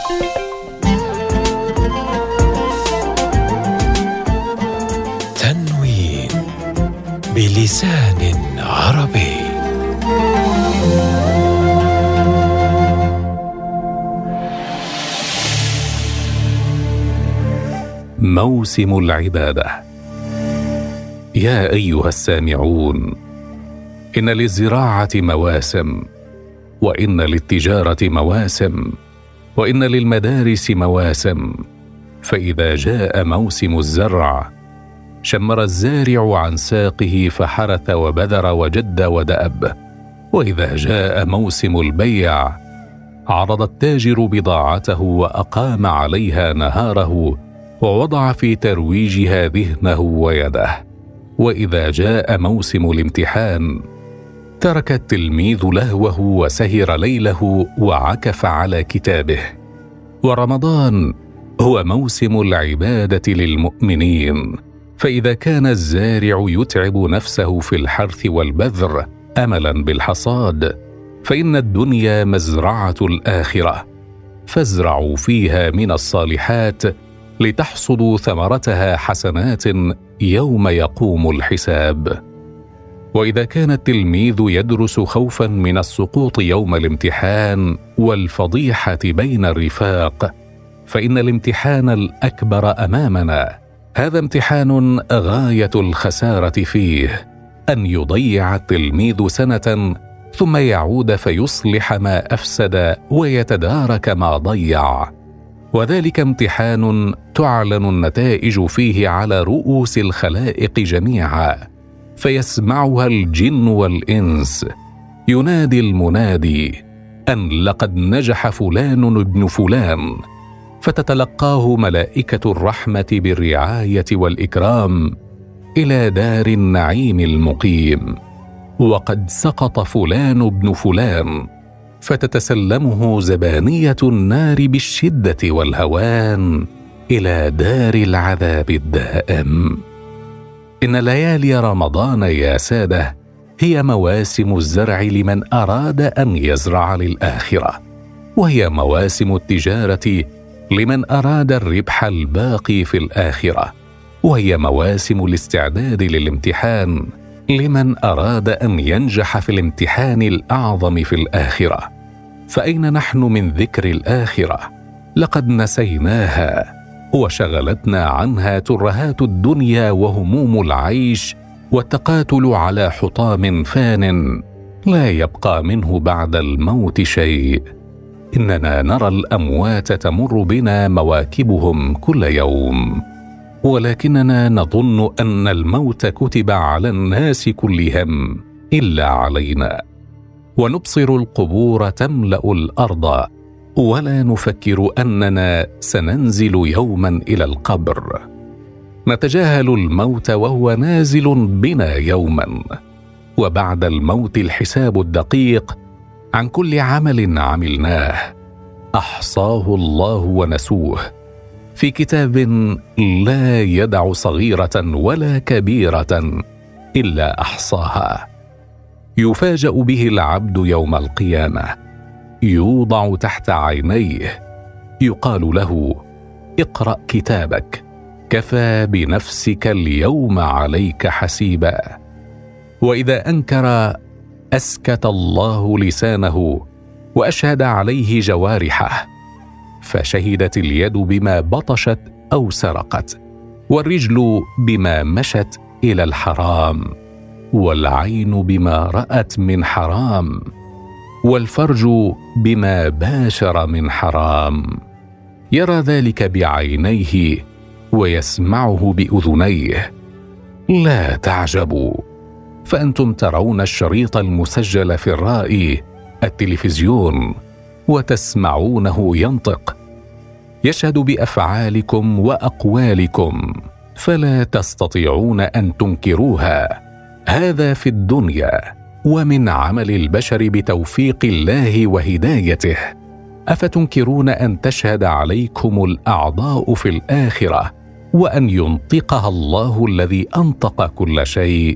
تنوين بلسان عربي. موسم العبادة. يا أيها السامعون، إن للزراعة مواسم، وإن للتجارة مواسم، وإن للمدارس مواسم. فإذا جاء موسم الزرع شمر الزارع عن ساقه فحرث وبذر وجد ودأب. وإذا جاء موسم البيع عرض التاجر بضاعته وأقام عليها نهاره ووضع في ترويجها ذهنه ويده. وإذا جاء موسم الامتحان ترك التلميذ لهوه وسهر ليله وعكف على كتابه. ورمضان هو موسم العبادة للمؤمنين، فإذا كان الزارع يتعب نفسه في الحرث والبذر أملا بالحصاد، فإن الدنيا مزرعة الآخرة، فازرعوا فيها من الصالحات لتحصدوا ثمرتها حسنات يوم يقوم الحساب. وإذا كان التلميذ يدرس خوفا من السقوط يوم الامتحان والفضيحة بين الرفاق، فإن الامتحان الأكبر أمامنا. هذا امتحان غاية الخسارة فيه، أن يضيع التلميذ سنة ثم يعود فيصلح ما أفسد ويتدارك ما ضيع. وذلك امتحان تعلن النتائج فيه على رؤوس الخلائق جميعا، فيسمعها الجن والإنس. ينادي المنادي أن لقد نجح فلان ابن فلان، فتتلقاه ملائكة الرحمة بالرعاية والإكرام إلى دار النعيم المقيم. وقد سقط فلان ابن فلان، فتتسلمه زبانية النار بالشدة والهوان إلى دار العذاب الدائم. إن ليالي رمضان يا سادة هي مواسم الزرع لمن أراد أن يزرع للآخرة، وهي مواسم التجارة لمن أراد الربح الباقي في الآخرة، وهي مواسم الاستعداد للامتحان لمن أراد أن ينجح في الامتحان الأعظم في الآخرة. فأين نحن من ذكر الآخرة؟ لقد نسيناها، وشغلتنا عنها ترهات الدنيا وهموم العيش والتقاتل على حطام فان لا يبقى منه بعد الموت شيء. إننا نرى الأموات تمر بنا مواكبهم كل يوم، ولكننا نظن أن الموت كتب على الناس كلهم إلا علينا، ونبصر القبور تملأ الأرض، ولا نفكر أننا سننزل يوما إلى القبر. نتجاهل الموت وهو نازل بنا يوما، وبعد الموت الحساب الدقيق عن كل عمل عملناه، أحصاه الله ونسوه في كتاب لا يدع صغيرة ولا كبيرة إلا أحصاها. يفاجأ به العبد يوم القيامة، يوضع تحت عينيه، يقال له: اقرأ كتابك، كفى بنفسك اليوم عليك حسيبا. وإذا أنكر أسكت الله لسانه وأشهد عليه جوارحه، فشهدت اليد بما بطشت أو سرقت، والرجل بما مشت إلى الحرام، والعين بما رأت من حرام، والفرج بما باشر من حرام. يرى ذلك بعينيه ويسمعه بأذنيه. لا تعجبوا، فأنتم ترون الشريط المسجل في الرائي التلفزيون وتسمعونه ينطق، يشهد بأفعالكم وأقوالكم، فلا تستطيعون أن تنكروها. هذا في الدنيا، ومن عمل البشر بتوفيق الله وهدايته. أفتنكرون أن تشهد عليكم الأعضاء في الآخرة، وأن ينطقها الله الذي أنطق كل شيء؟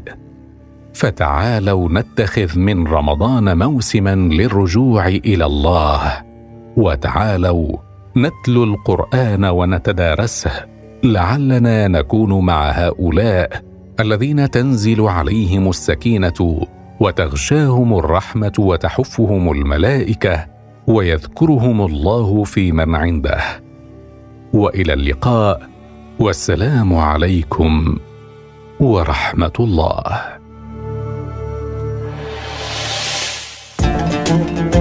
فتعالوا نتخذ من رمضان موسما للرجوع إلى الله، وتعالوا نتلو القرآن ونتدارسه لعلنا نكون مع هؤلاء الذين تنزل عليهم السكينة وتغشاهم الرحمة وتحفهم الملائكة ويذكرهم الله في من عنده. وإلى اللقاء، والسلام عليكم ورحمة الله.